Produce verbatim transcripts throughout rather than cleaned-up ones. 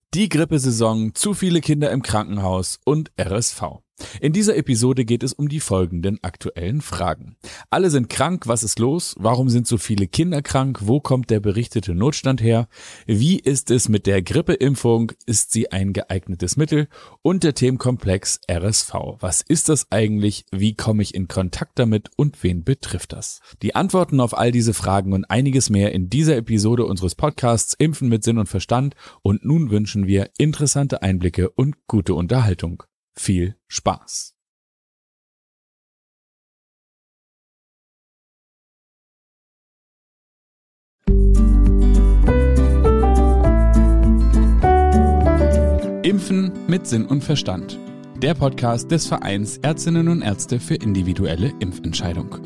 Die Grippesaison, zu viele Kinder im Krankenhaus und R S V. In dieser Episode geht es um die folgenden aktuellen Fragen. Alle sind krank, was ist los? Warum sind so viele Kinder krank? Wo kommt der berichtete Notstand her? Wie ist es mit der Grippeimpfung? Ist sie ein geeignetes Mittel? Und der Themenkomplex R S V. Was ist das eigentlich? Wie komme ich in Kontakt damit und wen betrifft das? Die Antworten auf all diese Fragen und einiges mehr in dieser Episode unseres Podcasts Impfen mit Sinn und Verstand. Und nun wünschen wir interessante Einblicke und gute Unterhaltung. Viel Spaß! Impfen mit Sinn und Verstand. Der Podcast des Vereins Ärztinnen und Ärzte für individuelle Impfentscheidung.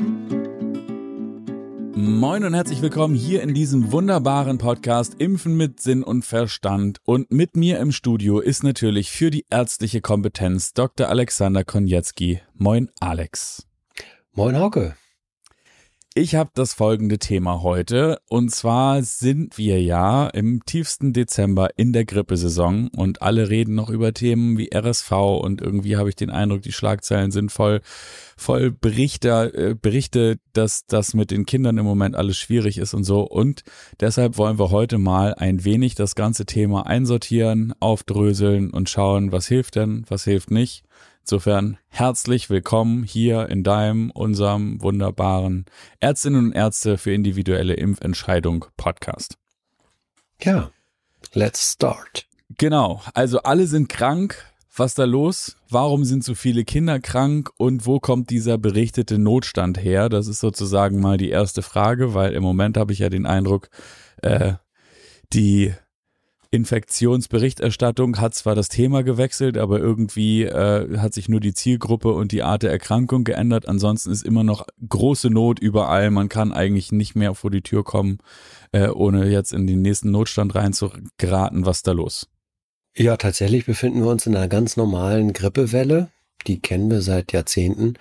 Moin und herzlich willkommen hier in diesem wunderbaren Podcast Impfen mit Sinn und Verstand. Und mit mir im Studio ist natürlich für die ärztliche Kompetenz Doktor Alexander Konietzki. Moin Alex. Moin Hauke. Ich habe das folgende Thema heute, und zwar sind wir ja im tiefsten Dezember in der Grippesaison und alle reden noch über Themen wie R S V und irgendwie habe ich den Eindruck, die Schlagzeilen sind voll, voll Berichte, äh, Berichte, dass das mit den Kindern im Moment alles schwierig ist und so, und deshalb wollen wir heute mal ein wenig das ganze Thema einsortieren, aufdröseln und schauen, was hilft denn, was hilft nicht. Insofern herzlich willkommen hier in deinem, unserem wunderbaren Ärztinnen und Ärzte für individuelle Impfentscheidung Podcast. Ja, let's start. Genau, also alle sind krank. Was ist da los? Warum sind so viele Kinder krank und wo kommt dieser berichtete Notstand her? Das ist sozusagen mal die erste Frage, weil im Moment habe ich ja den Eindruck, äh, die Infektionsberichterstattung hat zwar das Thema gewechselt, aber irgendwie äh, hat sich nur die Zielgruppe und die Art der Erkrankung geändert. Ansonsten ist immer noch große Not überall. Man kann eigentlich nicht mehr vor die Tür kommen, äh, ohne jetzt in den nächsten Notstand reinzugeraten. Was ist da los? Ja, tatsächlich befinden wir uns in einer ganz normalen Grippewelle. Die kennen wir seit Jahrzehnten.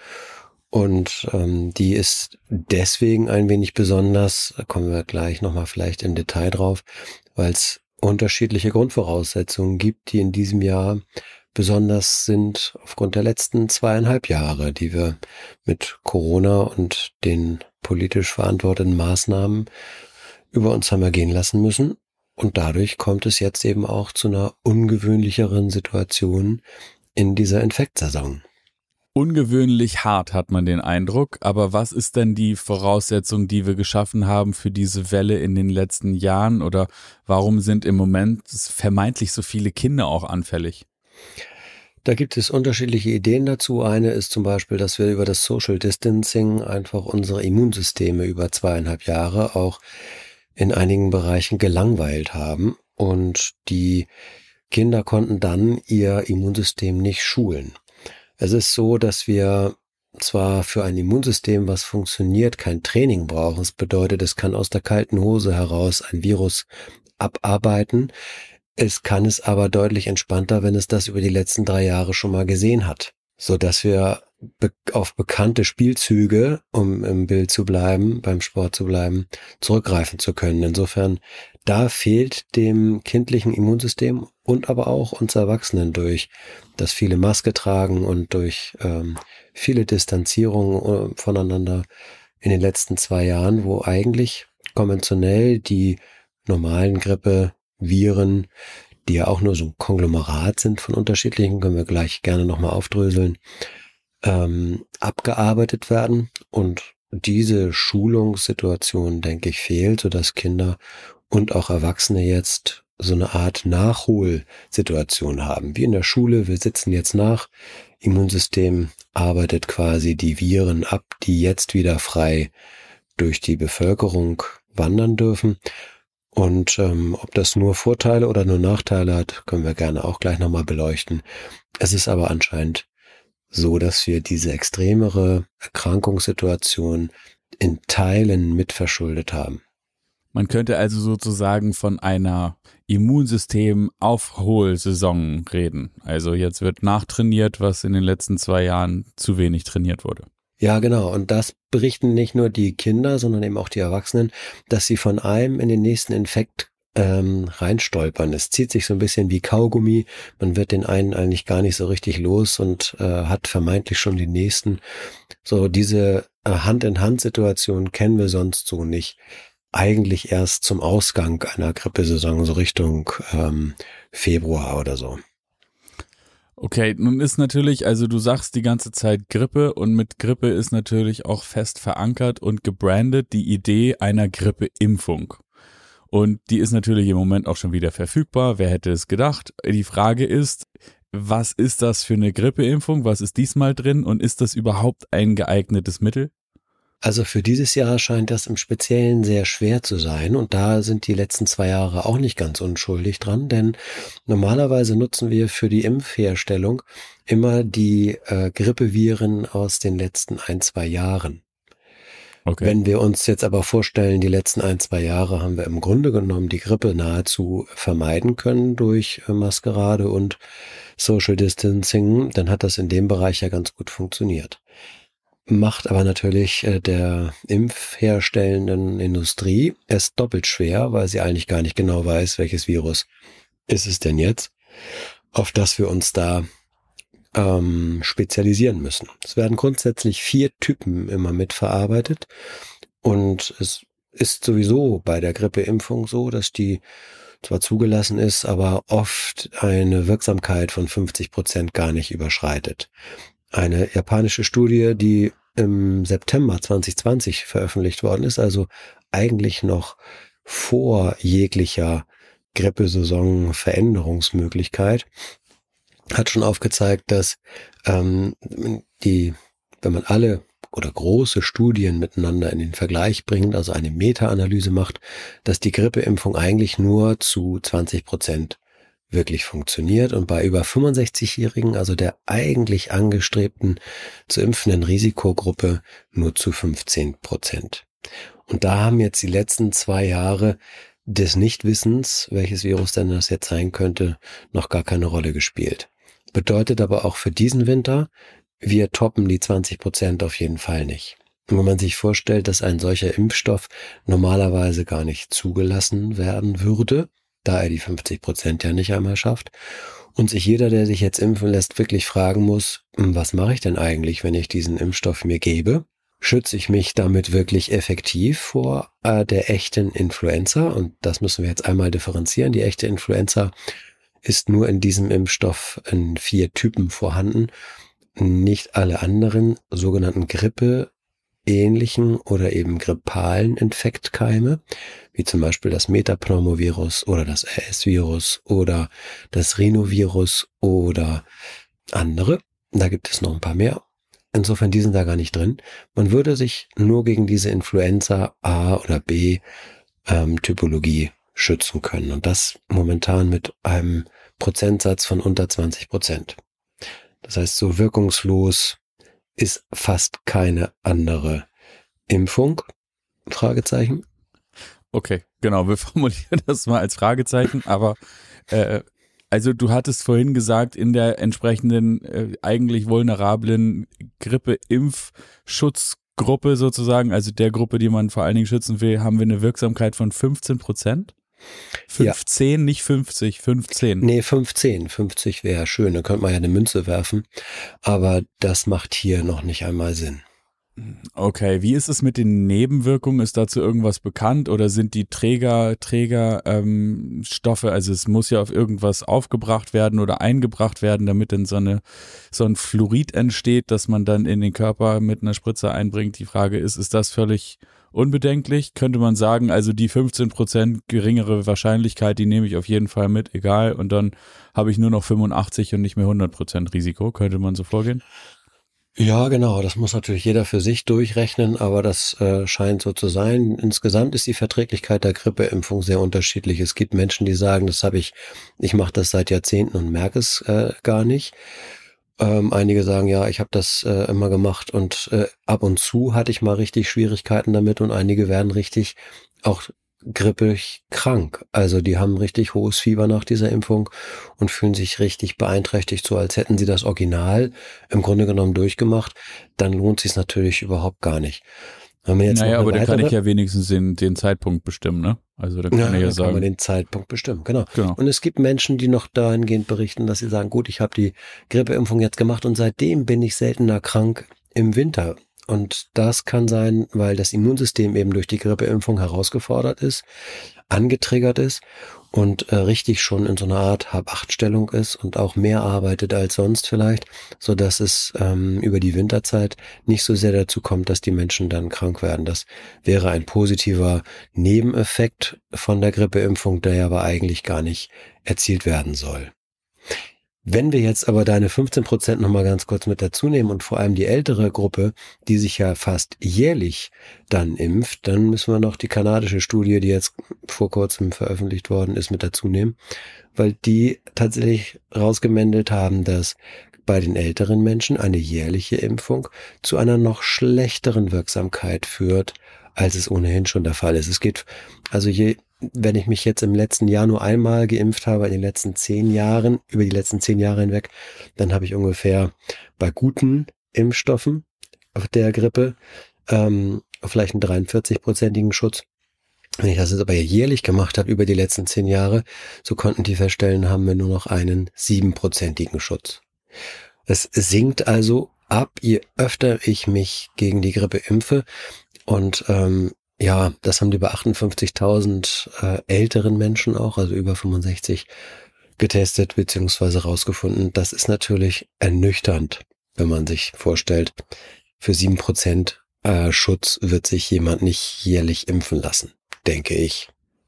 Und ähm, die ist deswegen ein wenig besonders, da kommen wir gleich nochmal vielleicht im Detail drauf, weil es unterschiedliche Grundvoraussetzungen gibt, die in diesem Jahr besonders sind aufgrund der letzten zweieinhalb Jahre, die wir mit Corona und den politisch verantworteten Maßnahmen über uns haben ergehen lassen müssen. Und dadurch kommt es jetzt eben auch zu einer ungewöhnlicheren Situation in dieser Infektsaison. Ungewöhnlich hart hat man den Eindruck, aber was ist denn die Voraussetzung, die wir geschaffen haben für diese Welle in den letzten Jahren, oder warum sind im Moment vermeintlich so viele Kinder auch anfällig? Da gibt es unterschiedliche Ideen dazu. Eine ist zum Beispiel, dass wir über das Social Distancing einfach unsere Immunsysteme über zweieinhalb Jahre auch in einigen Bereichen gelangweilt haben und die Kinder konnten dann ihr Immunsystem nicht schulen. Es ist so, dass wir zwar für ein Immunsystem, was funktioniert, kein Training brauchen. Das bedeutet, es kann aus der kalten Hose heraus ein Virus abarbeiten. Es kann es aber deutlich entspannter, wenn es das über die letzten drei Jahre schon mal gesehen hat, so dass wir be- auf bekannte Spielzüge, um im Bild zu bleiben, beim Sport zu bleiben, zurückgreifen zu können. Insofern, da fehlt dem kindlichen Immunsystem und aber auch uns Erwachsenen durch das viele Maske tragen und durch ähm, viele Distanzierungen voneinander in den letzten zwei Jahren, wo eigentlich konventionell die normalen Grippeviren, die ja auch nur so ein Konglomerat sind von unterschiedlichen, können wir gleich gerne nochmal aufdröseln, ähm, abgearbeitet werden. Und diese Schulungssituation, denke ich, fehlt, sodass Kinder und auch Erwachsene jetzt so eine Art Nachholsituation haben. Wie in der Schule, wir sitzen jetzt nach, Immunsystem arbeitet quasi die Viren ab, die jetzt wieder frei durch die Bevölkerung wandern dürfen. Und ähm, ob das nur Vorteile oder nur Nachteile hat, können wir gerne auch gleich nochmal beleuchten. Es ist aber anscheinend so, dass wir diese extremere Erkrankungssituation in Teilen mitverschuldet haben. Man könnte also sozusagen von einer Immunsystem-Aufholsaison reden. Also jetzt wird nachtrainiert, was in den letzten zwei Jahren zu wenig trainiert wurde. Ja, genau. Und das berichten nicht nur die Kinder, sondern eben auch die Erwachsenen, dass sie von einem in den nächsten Infekt ähm, reinstolpern. Es zieht sich so ein bisschen wie Kaugummi. Man wird den einen eigentlich gar nicht so richtig los und äh, hat vermeintlich schon den nächsten. So diese äh, Hand-in-Hand-Situation kennen wir sonst so nicht. Eigentlich erst zum Ausgang einer Grippesaison, so Richtung ähm, Februar oder so. Okay, nun ist natürlich, also du sagst die ganze Zeit Grippe und mit Grippe ist natürlich auch fest verankert und gebrandet die Idee einer Grippeimpfung. Und die ist natürlich im Moment auch schon wieder verfügbar. Wer hätte es gedacht? Die Frage ist, was ist das für eine Grippeimpfung? Was ist diesmal drin? Und ist das überhaupt ein geeignetes Mittel? Also für dieses Jahr scheint das im Speziellen sehr schwer zu sein und da sind die letzten zwei Jahre auch nicht ganz unschuldig dran, denn normalerweise nutzen wir für die Impfherstellung immer die äh, Grippeviren aus den letzten ein, zwei Jahren. Okay. Wenn wir uns jetzt aber vorstellen, die letzten ein, zwei Jahre haben wir im Grunde genommen die Grippe nahezu vermeiden können durch äh, Maskerade und Social Distancing, dann hat das in dem Bereich ja ganz gut funktioniert. Macht aber natürlich äh, der impfherstellenden Industrie es doppelt schwer, weil sie eigentlich gar nicht genau weiß, welches Virus ist es denn jetzt, auf das wir uns da ähm, spezialisieren müssen. Es werden grundsätzlich vier Typen immer mitverarbeitet und es ist sowieso bei der Grippeimpfung so, dass die zwar zugelassen ist, aber oft eine Wirksamkeit von fünfzig Prozent gar nicht überschreitet. Eine japanische Studie, die im September zwanzig zwanzig veröffentlicht worden ist, also eigentlich noch vor jeglicher Grippesaison-Veränderungsmöglichkeit, hat schon aufgezeigt, dass ähm, die, wenn man alle oder große Studien miteinander in den Vergleich bringt, also eine Meta-Analyse macht, dass die Grippeimpfung eigentlich nur zu zwanzig Prozent wirklich funktioniert und bei über fünfundsechzigjährigen, also der eigentlich angestrebten zu impfenden Risikogruppe, nur zu fünfzehn Prozent. Und da haben jetzt die letzten zwei Jahre des Nichtwissens, welches Virus denn das jetzt sein könnte, noch gar keine Rolle gespielt. Bedeutet aber auch für diesen Winter, wir toppen die zwanzig Prozent auf jeden Fall nicht. Und wenn man sich vorstellt, dass ein solcher Impfstoff normalerweise gar nicht zugelassen werden würde, da er die fünfzig Prozent ja nicht einmal schafft, und sich jeder, der sich jetzt impfen lässt, wirklich fragen muss, was mache ich denn eigentlich, wenn ich diesen Impfstoff mir gebe? Schütze ich mich damit wirklich effektiv vor äh, der echten Influenza? Und das müssen wir jetzt einmal differenzieren. Die echte Influenza ist nur in diesem Impfstoff in vier Typen vorhanden. Nicht alle anderen sogenannten Grippe ähnlichen oder eben grippalen Infektkeime, wie zum Beispiel das Metapneumovirus oder das R S-Virus oder das Rhinovirus oder andere. Da gibt es noch ein paar mehr. Insofern, die sind da gar nicht drin. Man würde sich nur gegen diese Influenza A oder B ähm, Typologie schützen können. Und das momentan mit einem Prozentsatz von unter zwanzig Prozent. Das heißt, so wirkungslos ist fast keine andere Impfung? Fragezeichen. Okay, genau, wir formulieren das mal als Fragezeichen, aber äh, also du hattest vorhin gesagt, in der entsprechenden äh, eigentlich vulnerablen Grippe-Impfschutzgruppe sozusagen, also der Gruppe, die man vor allen Dingen schützen will, haben wir eine Wirksamkeit von fünfzehn Prozent? fünfzehn, ja. Nicht fünfzig, fünfzehn. Nee, fünfzehn. fünfzig wäre schön, da könnte man ja eine Münze werfen, aber das macht hier noch nicht einmal Sinn. Okay, wie ist es mit den Nebenwirkungen? Ist dazu irgendwas bekannt oder sind die Träger, Träger ähm, Stoffe, also es muss ja auf irgendwas aufgebracht werden oder eingebracht werden, damit dann so eine so ein Fluorid entsteht, dass man dann in den Körper mit einer Spritze einbringt. Die Frage ist, ist das völlig unbedenklich? Könnte man sagen, also die fünfzehn Prozent geringere Wahrscheinlichkeit, die nehme ich auf jeden Fall mit, egal, und dann habe ich nur noch fünfundachtzig und nicht mehr hundert Prozent Risiko. Könnte man so vorgehen? Ja, genau. Das muss natürlich jeder für sich durchrechnen, aber das äh, scheint so zu sein. Insgesamt ist die Verträglichkeit der Grippeimpfung sehr unterschiedlich. Es gibt Menschen, die sagen, das habe ich, ich mache das seit Jahrzehnten und merke es äh, gar nicht. Ähm, einige sagen, ja, ich habe das äh, immer gemacht und äh, ab und zu hatte ich mal richtig Schwierigkeiten damit und einige werden richtig auch grippig krank. Also die haben richtig hohes Fieber nach dieser Impfung und fühlen sich richtig beeinträchtigt, so als hätten sie das Original im Grunde genommen durchgemacht. Dann lohnt sich es natürlich überhaupt gar nicht. Wenn man jetzt naja, noch aber da kann weitere, ich ja wenigstens den, den Zeitpunkt bestimmen, ne? Also da kann ja, ich ja dann sagen. kann man den Zeitpunkt bestimmen, genau. Genau. Und es gibt Menschen, die noch dahingehend berichten, dass sie sagen, gut, ich habe die Grippeimpfung jetzt gemacht und seitdem bin ich seltener krank im Winter. Und das kann sein, weil das Immunsystem eben durch die Grippeimpfung herausgefordert ist, angetriggert ist und äh, richtig schon in so einer Art Hab-Acht-Stellung ist und auch mehr arbeitet als sonst vielleicht, so dass es ähm, über die Winterzeit nicht so sehr dazu kommt, dass die Menschen dann krank werden. Das wäre ein positiver Nebeneffekt von der Grippeimpfung, der aber eigentlich gar nicht erzielt werden soll. Wenn wir jetzt aber deine fünfzehn Prozent nochmal ganz kurz mit dazu nehmen und vor allem die ältere Gruppe, die sich ja fast jährlich dann impft, dann müssen wir noch die kanadische Studie, die jetzt vor kurzem veröffentlicht worden ist, mit dazu nehmen, weil die tatsächlich rausgemeldet haben, dass bei den älteren Menschen eine jährliche Impfung zu einer noch schlechteren Wirksamkeit führt, als es ohnehin schon der Fall ist. Es geht also je wenn ich mich jetzt im letzten Jahr nur einmal geimpft habe, in den letzten zehn Jahren, über die letzten zehn Jahre hinweg, dann habe ich ungefähr bei guten Impfstoffen der Grippe ähm, vielleicht einen dreiundvierzig-prozentigen Schutz. Wenn ich das jetzt aber jährlich gemacht habe über die letzten zehn Jahre, so konnten die feststellen, haben wir nur noch einen siebenprozentigen Schutz. Es sinkt also ab, je öfter ich mich gegen die Grippe impfe und ähm, ja, das haben die bei achtundfünfzigtausend äh, älteren Menschen auch, also über fünfundsechzig, getestet bzw. rausgefunden. Das ist natürlich ernüchternd, wenn man sich vorstellt, für sieben Prozent äh, Schutz wird sich jemand nicht jährlich impfen lassen, denke ich.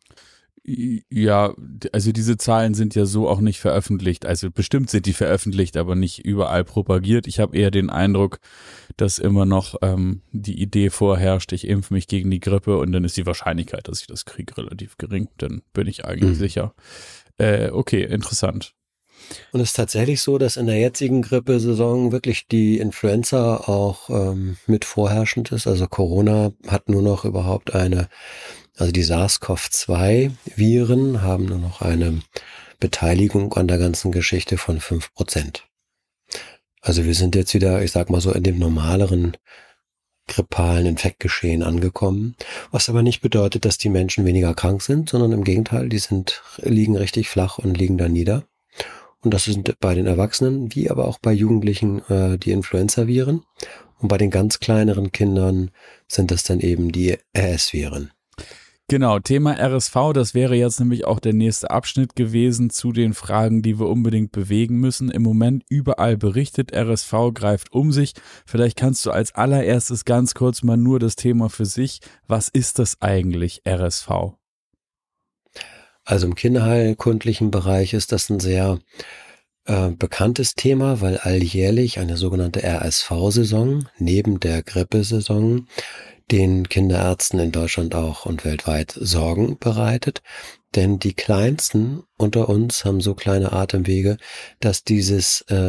Ja, also diese Zahlen sind ja so auch nicht veröffentlicht. Also bestimmt sind die veröffentlicht, aber nicht überall propagiert. Ich habe eher den Eindruck, dass immer noch ähm, die Idee vorherrscht, ich impfe mich gegen die Grippe und dann ist die Wahrscheinlichkeit, dass ich das kriege, relativ gering. Dann bin ich eigentlich mhm. sicher. Äh, okay, interessant. Und es ist tatsächlich so, dass in der jetzigen Grippesaison wirklich die Influenza auch ähm, mit vorherrschend ist. Also Corona hat nur noch überhaupt eine Also die SARS-CoV zwei Viren haben nur noch eine Beteiligung an der ganzen Geschichte von fünf Prozent. Also wir sind jetzt wieder, ich sag mal so, in dem normaleren grippalen Infektgeschehen angekommen, was aber nicht bedeutet, dass die Menschen weniger krank sind, sondern im Gegenteil, die sind liegen richtig flach und liegen da nieder. Und das sind bei den Erwachsenen wie aber auch bei Jugendlichen äh, die Influenza-Viren. Und bei den ganz kleineren Kindern sind das dann eben die R S-Viren. Genau, Thema R S V, das wäre jetzt nämlich auch der nächste Abschnitt gewesen zu den Fragen, die wir unbedingt bewegen müssen. Im Moment überall berichtet, R S V greift um sich. Vielleicht kannst du als allererstes ganz kurz mal nur das Thema für sich. Was ist das eigentlich, R S V? Also im kinderheilkundlichen Bereich ist das ein sehr äh, bekanntes Thema, weil alljährlich eine sogenannte R S V-Saison neben der Grippesaison den Kinderärzten in Deutschland auch und weltweit Sorgen bereitet. Denn die Kleinsten unter uns haben so kleine Atemwege, dass dieses äh,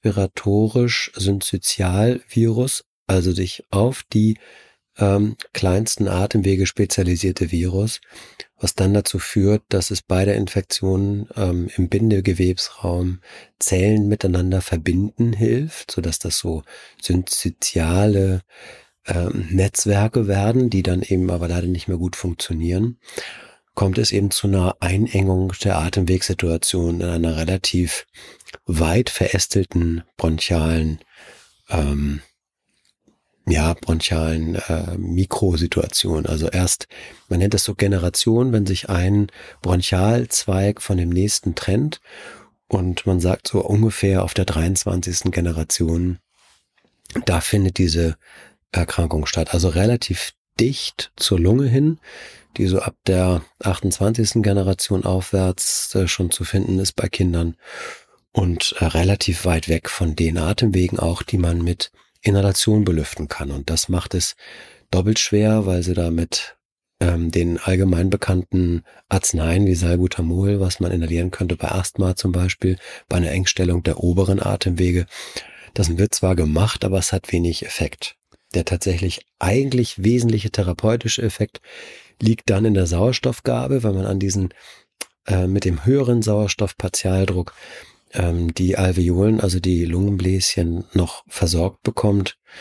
respiratorisch-synzytial-Virus, also sich auf die ähm, kleinsten Atemwege spezialisierte Virus, was dann dazu führt, dass es bei der Infektion ähm, im Bindegewebsraum Zellen miteinander verbinden hilft, sodass das so synzytiale ähm, Netzwerke werden, die dann eben aber leider nicht mehr gut funktionieren, kommt es eben zu einer Einengung der Atemwegssituation in einer relativ weit verästelten bronchialen ähm, ja, bronchialen äh, Mikrosituation. Also erst, man nennt das so Generation, wenn sich ein Bronchialzweig von dem nächsten trennt und man sagt so ungefähr auf der dreiundzwanzigsten Generation, da findet diese Erkrankung statt. Also relativ dicht zur Lunge hin, die so ab der achtundzwanzigsten Generation aufwärts äh, schon zu finden ist bei Kindern und äh, relativ weit weg von den Atemwegen auch, die man mit Inhalation belüften kann. Und das macht es doppelt schwer, weil sie da mit ähm, den allgemein bekannten Arzneien wie Salbutamol, was man inhalieren könnte bei Asthma zum Beispiel, bei einer Engstellung der oberen Atemwege, das wird zwar gemacht, aber es hat wenig Effekt. Der tatsächlich eigentlich wesentliche therapeutische Effekt liegt dann in der Sauerstoffgabe, weil man an diesen äh, mit dem höheren Sauerstoffpartialdruck die Alveolen, also die Lungenbläschen, noch versorgt bekommt.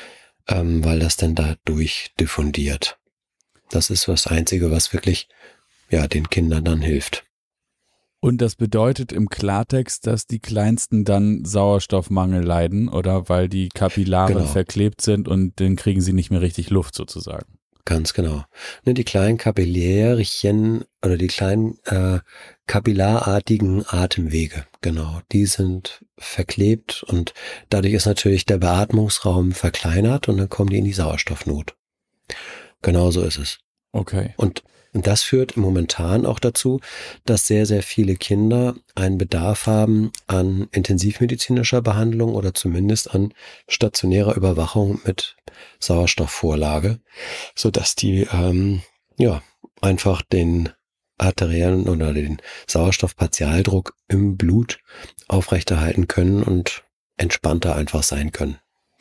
ähm, weil das dann dadurch diffundiert. Das ist das Einzige, was wirklich ja den Kindern dann hilft. Und das bedeutet im Klartext, dass die Kleinsten dann Sauerstoffmangel leiden, oder weil die Kapillare Genau. verklebt sind und dann kriegen sie nicht mehr richtig Luft sozusagen. Ganz genau. Ne, die kleinen Kapillärchen oder die kleinen äh, kapillarartigen Atemwege, genau, die sind verklebt und dadurch ist natürlich der Beatmungsraum verkleinert und dann kommen die in die Sauerstoffnot. Genau so ist es. Okay. Und das führt momentan auch dazu, dass sehr, sehr viele Kinder einen Bedarf haben an intensivmedizinischer Behandlung oder zumindest an stationärer Überwachung mit Sauerstoffvorlage, sodass die ähm, ja einfach den arteriellen oder den Sauerstoffpartialdruck im Blut aufrechterhalten können und entspannter einfach sein können.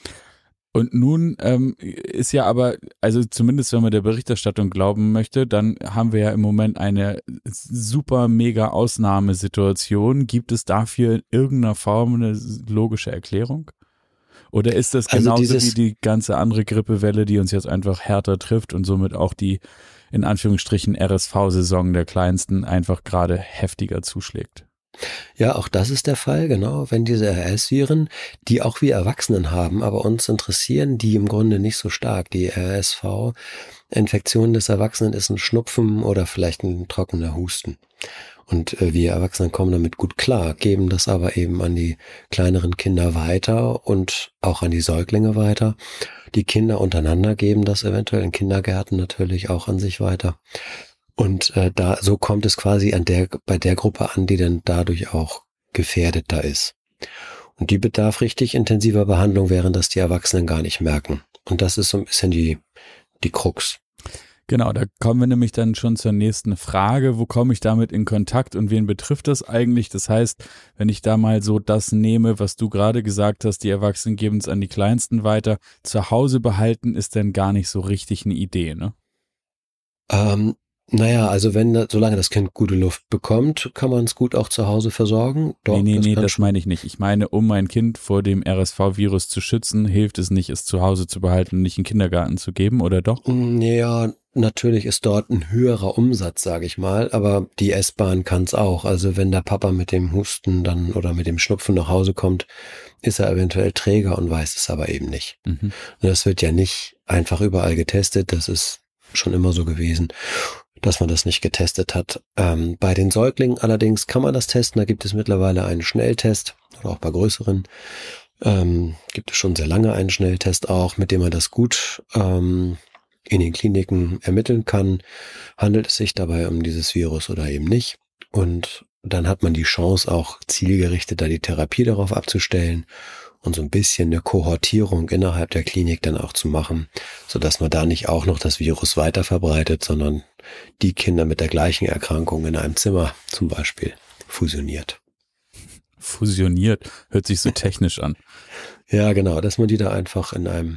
Und nun ähm, ist ja aber, also zumindest wenn man der Berichterstattung glauben möchte, dann haben wir ja im Moment eine super mega Ausnahmesituation. Gibt es dafür in irgendeiner Form eine logische Erklärung? Oder ist das Also genauso dieses, wie die ganze andere Grippewelle, die uns jetzt einfach härter trifft und somit auch die in Anführungsstrichen R S V-Saison der Kleinsten einfach gerade heftiger zuschlägt? Ja, auch das ist der Fall, genau. Wenn diese R S-Viren, die auch wir Erwachsenen haben, aber uns interessieren die im Grunde nicht so stark. Die R S V-Infektion des Erwachsenen ist ein Schnupfen oder vielleicht ein trockener Husten. Und äh, wir Erwachsenen kommen damit gut klar, geben das aber eben an die kleineren Kinder weiter und auch an die Säuglinge weiter. Die Kinder untereinander geben das eventuell in Kindergärten natürlich auch an sich weiter. Und äh, da so kommt es quasi an der bei der Gruppe an, die dann dadurch auch gefährdeter ist. Und die bedarf richtig intensiver Behandlung, während das die Erwachsenen gar nicht merken. Und das ist so ein bisschen die die Krux. Genau, da kommen wir nämlich dann schon zur nächsten Frage. Wo komme ich damit in Kontakt und wen betrifft das eigentlich? Das heißt, wenn ich da mal so das nehme, was du gerade gesagt hast, die Erwachsenen geben es an die Kleinsten weiter, zu Hause behalten ist dann gar nicht so richtig eine Idee, ne? Ähm, naja, also wenn, da- solange das Kind gute Luft bekommt, kann man es gut auch zu Hause versorgen. Doch, nee, nee, das nee, kann das schon- meine ich nicht. Ich meine, um mein Kind vor dem R S V-Virus zu schützen, hilft es nicht, es zu Hause zu behalten und nicht in den Kindergarten zu geben, oder doch? Ja, natürlich ist dort ein höherer Umsatz, sage ich mal, aber die S-Bahn kann es auch. Also wenn der Papa mit dem Husten dann oder mit dem Schnupfen nach Hause kommt, ist er eventuell Träger und weiß es aber eben nicht. Mhm. Und das wird ja nicht einfach überall getestet. Das ist schon immer so gewesen, dass man das nicht getestet hat. Ähm, bei den Säuglingen allerdings kann man das testen. Da gibt es mittlerweile einen Schnelltest oder auch bei größeren ähm, gibt es schon sehr lange einen Schnelltest auch, mit dem man das gut ähm, in den Kliniken ermitteln kann. Handelt es sich dabei um dieses Virus oder eben nicht? Und dann hat man die Chance, auch zielgerichtet da die Therapie darauf abzustellen und so ein bisschen eine Kohortierung innerhalb der Klinik dann auch zu machen, sodass man da nicht auch noch das Virus weiter verbreitet, sondern die Kinder mit der gleichen Erkrankung in einem Zimmer zum Beispiel fusioniert. Fusioniert, hört sich so technisch an. Ja, genau, dass man die da einfach in einem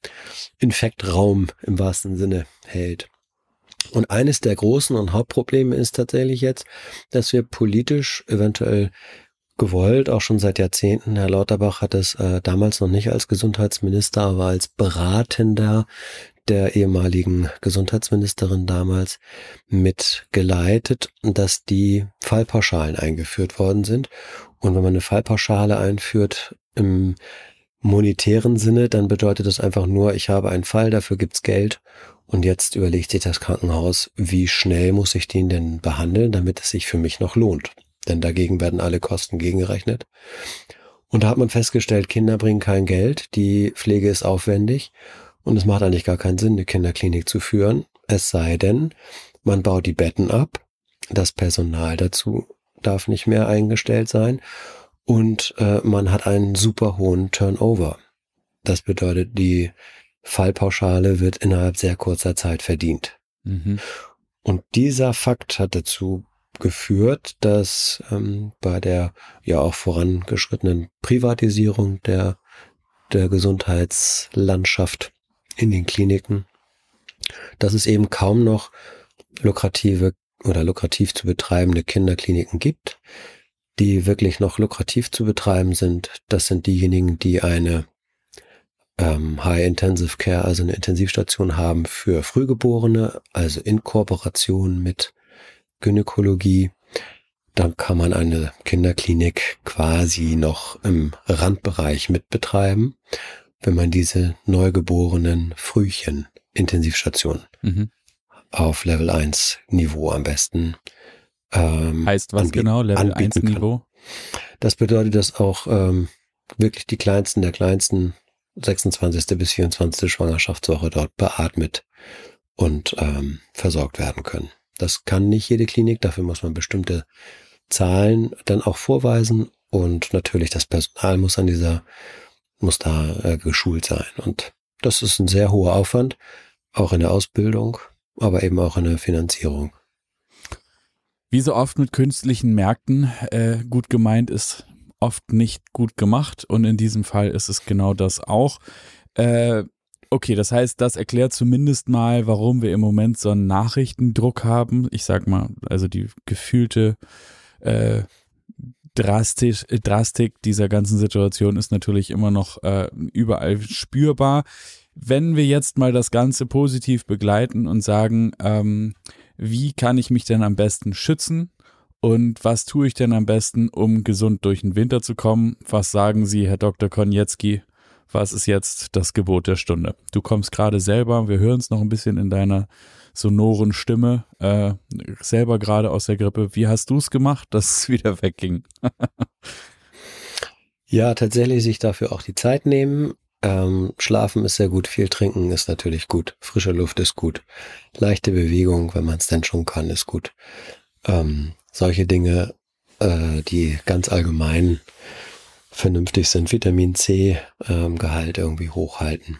Infektraum im wahrsten Sinne hält. Und eines der großen und Hauptprobleme ist tatsächlich jetzt, dass wir politisch eventuell gewollt, auch schon seit Jahrzehnten, Herr Lauterbach hat es äh, damals noch nicht als Gesundheitsminister, aber als Beratender der ehemaligen Gesundheitsministerin damals mitgeleitet, dass die Fallpauschalen eingeführt worden sind. Und wenn man eine Fallpauschale einführt im monetären Sinne, dann bedeutet das einfach nur, ich habe einen Fall, dafür gibt's Geld und jetzt überlegt sich das Krankenhaus, wie schnell muss ich den denn behandeln, damit es sich für mich noch lohnt. Denn dagegen werden alle Kosten gegengerechnet. Und da hat man festgestellt, Kinder bringen kein Geld, die Pflege ist aufwendig und es macht eigentlich gar keinen Sinn, eine Kinderklinik zu führen. Es sei denn, man baut die Betten ab, das Personal dazu darf nicht mehr eingestellt sein und äh, man hat einen super hohen Turnover. Das bedeutet, die Fallpauschale wird innerhalb sehr kurzer Zeit verdient. Mhm. Und dieser Fakt hat dazu geführt, dass ähm, bei der ja auch vorangeschrittenen Privatisierung der, der Gesundheitslandschaft in den Kliniken, dass es eben kaum noch lukrative oder lukrativ zu betreibende Kinderkliniken gibt. Die wirklich noch lukrativ zu betreiben sind, das sind diejenigen, die eine ähm, High Intensive Care, also eine Intensivstation haben für Frühgeborene, also in Kooperation mit Gynäkologie. Dann kann man eine Kinderklinik quasi noch im Randbereich mitbetreiben, wenn man diese neugeborenen Frühchen Intensivstationen mhm. auf Level eins Niveau am besten ähm, heißt was genau, Level eins Niveau? Das bedeutet, dass auch ähm, wirklich die kleinsten der kleinsten sechsundzwanzigste bis vierundzwanzigste Schwangerschaftswoche dort beatmet und ähm, versorgt werden können. Das kann nicht jede Klinik, dafür muss man bestimmte Zahlen dann auch vorweisen und natürlich das Personal muss an dieser, muss da äh, geschult sein. Und das ist ein sehr hoher Aufwand, auch in der Ausbildung, aber eben auch in der Finanzierung. Wie so oft mit künstlichen Märkten, äh, gut gemeint ist oft nicht gut gemacht und in diesem Fall ist es genau das auch. Äh, Okay, das heißt, das erklärt zumindest mal, warum wir im Moment so einen Nachrichtendruck haben. Ich sag mal, also die gefühlte äh, Drastisch, Drastik dieser ganzen Situation ist natürlich immer noch äh, überall spürbar. Wenn wir jetzt mal das Ganze positiv begleiten und sagen, ähm, wie kann ich mich denn am besten schützen und was tue ich denn am besten, um gesund durch den Winter zu kommen? Was sagen Sie, Herr Doktor Konietzki? Was ist jetzt das Gebot der Stunde? Du kommst gerade selber, wir hören es noch ein bisschen in deiner sonoren Stimme, äh, selber gerade aus der Grippe. Wie hast du es gemacht, dass es wieder wegging? Ja, tatsächlich sich dafür auch die Zeit nehmen. Ähm, Schlafen ist sehr gut, viel trinken ist natürlich gut, frische Luft ist gut, leichte Bewegung, wenn man es denn schon kann, ist gut. Ähm, solche Dinge, äh, die ganz allgemein vernünftig sind, Vitamin C ähm, Gehalt irgendwie hochhalten.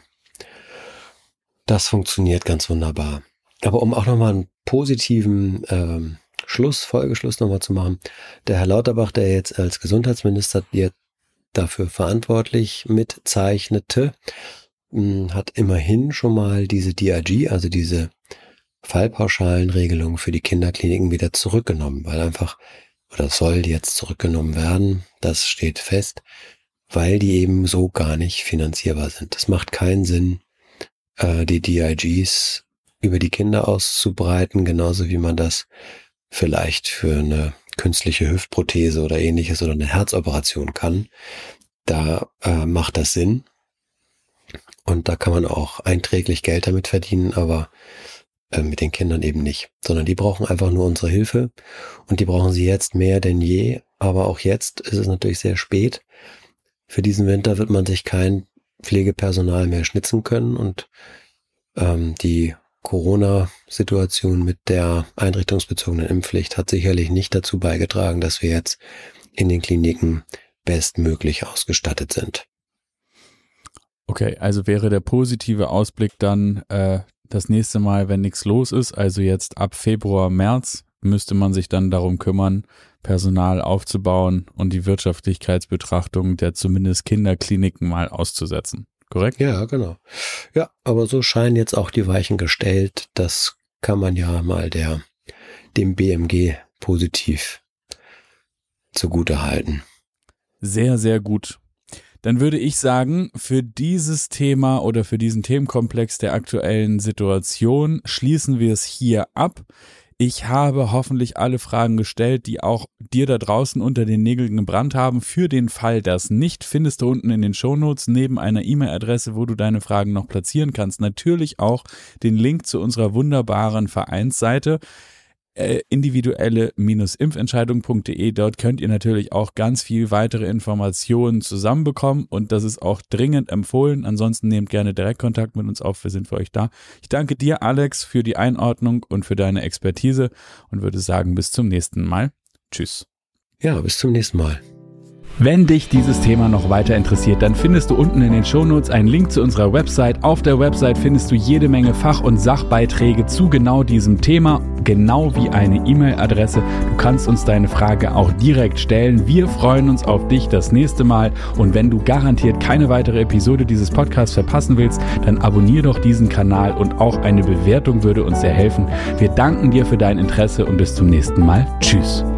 Das funktioniert ganz wunderbar. Aber um auch nochmal einen positiven ähm, Schluss, Folgeschluss nochmal zu machen, der Herr Lauterbach, der jetzt als Gesundheitsminister jetzt dafür verantwortlich mitzeichnete, mh, hat immerhin schon mal diese D I G, also diese Fallpauschalenregelung für die Kinderkliniken wieder zurückgenommen, weil einfach oder soll jetzt zurückgenommen werden, das steht fest, weil die eben so gar nicht finanzierbar sind. Es macht keinen Sinn, äh, die D I Gs über die Kinder auszubreiten, genauso wie man das vielleicht für eine künstliche Hüftprothese oder ähnliches oder eine Herzoperation kann. Da äh, macht das Sinn und da kann man auch einträglich Geld damit verdienen, aber mit den Kindern eben nicht, sondern die brauchen einfach nur unsere Hilfe und die brauchen sie jetzt mehr denn je, aber auch jetzt ist es natürlich sehr spät. Für diesen Winter wird man sich kein Pflegepersonal mehr schnitzen können und ähm, die Corona-Situation mit der einrichtungsbezogenen Impfpflicht hat sicherlich nicht dazu beigetragen, dass wir jetzt in den Kliniken bestmöglich ausgestattet sind. Okay, also wäre der positive Ausblick dann äh, das nächste Mal, wenn nichts los ist, also jetzt ab Februar, März, müsste man sich dann darum kümmern, Personal aufzubauen und die Wirtschaftlichkeitsbetrachtung der zumindest Kinderkliniken mal auszusetzen. Korrekt? Ja, genau. Ja, aber so scheinen jetzt auch die Weichen gestellt. Das kann man ja mal der dem B M G positiv zugute halten. Sehr, sehr gut. Dann würde ich sagen, für dieses Thema oder für diesen Themenkomplex der aktuellen Situation schließen wir es hier ab. Ich habe hoffentlich alle Fragen gestellt, die auch dir da draußen unter den Nägeln gebrannt haben. Für den Fall, das nicht, findest du unten in den Shownotes neben einer E-Mail-Adresse, wo du deine Fragen noch platzieren kannst, natürlich auch den Link zu unserer wunderbaren Vereinsseite. individuelle Impfentscheidung punkt de. Dort könnt ihr natürlich auch ganz viel weitere Informationen zusammenbekommen und das ist auch dringend empfohlen. Ansonsten nehmt gerne direkt Kontakt mit uns auf, wir sind für euch da. Ich danke dir, Alex, für die Einordnung und für deine Expertise und würde sagen, bis zum nächsten Mal. Tschüss. Ja, bis zum nächsten Mal. Wenn dich dieses Thema noch weiter interessiert, dann findest du unten in den Shownotes einen Link zu unserer Website. Auf der Website findest du jede Menge Fach- und Sachbeiträge zu genau diesem Thema, genau wie eine E-Mail-Adresse. Du kannst uns deine Frage auch direkt stellen. Wir freuen uns auf dich das nächste Mal und wenn du garantiert keine weitere Episode dieses Podcasts verpassen willst, dann abonnier doch diesen Kanal und auch eine Bewertung würde uns sehr helfen. Wir danken dir für dein Interesse und bis zum nächsten Mal. Tschüss.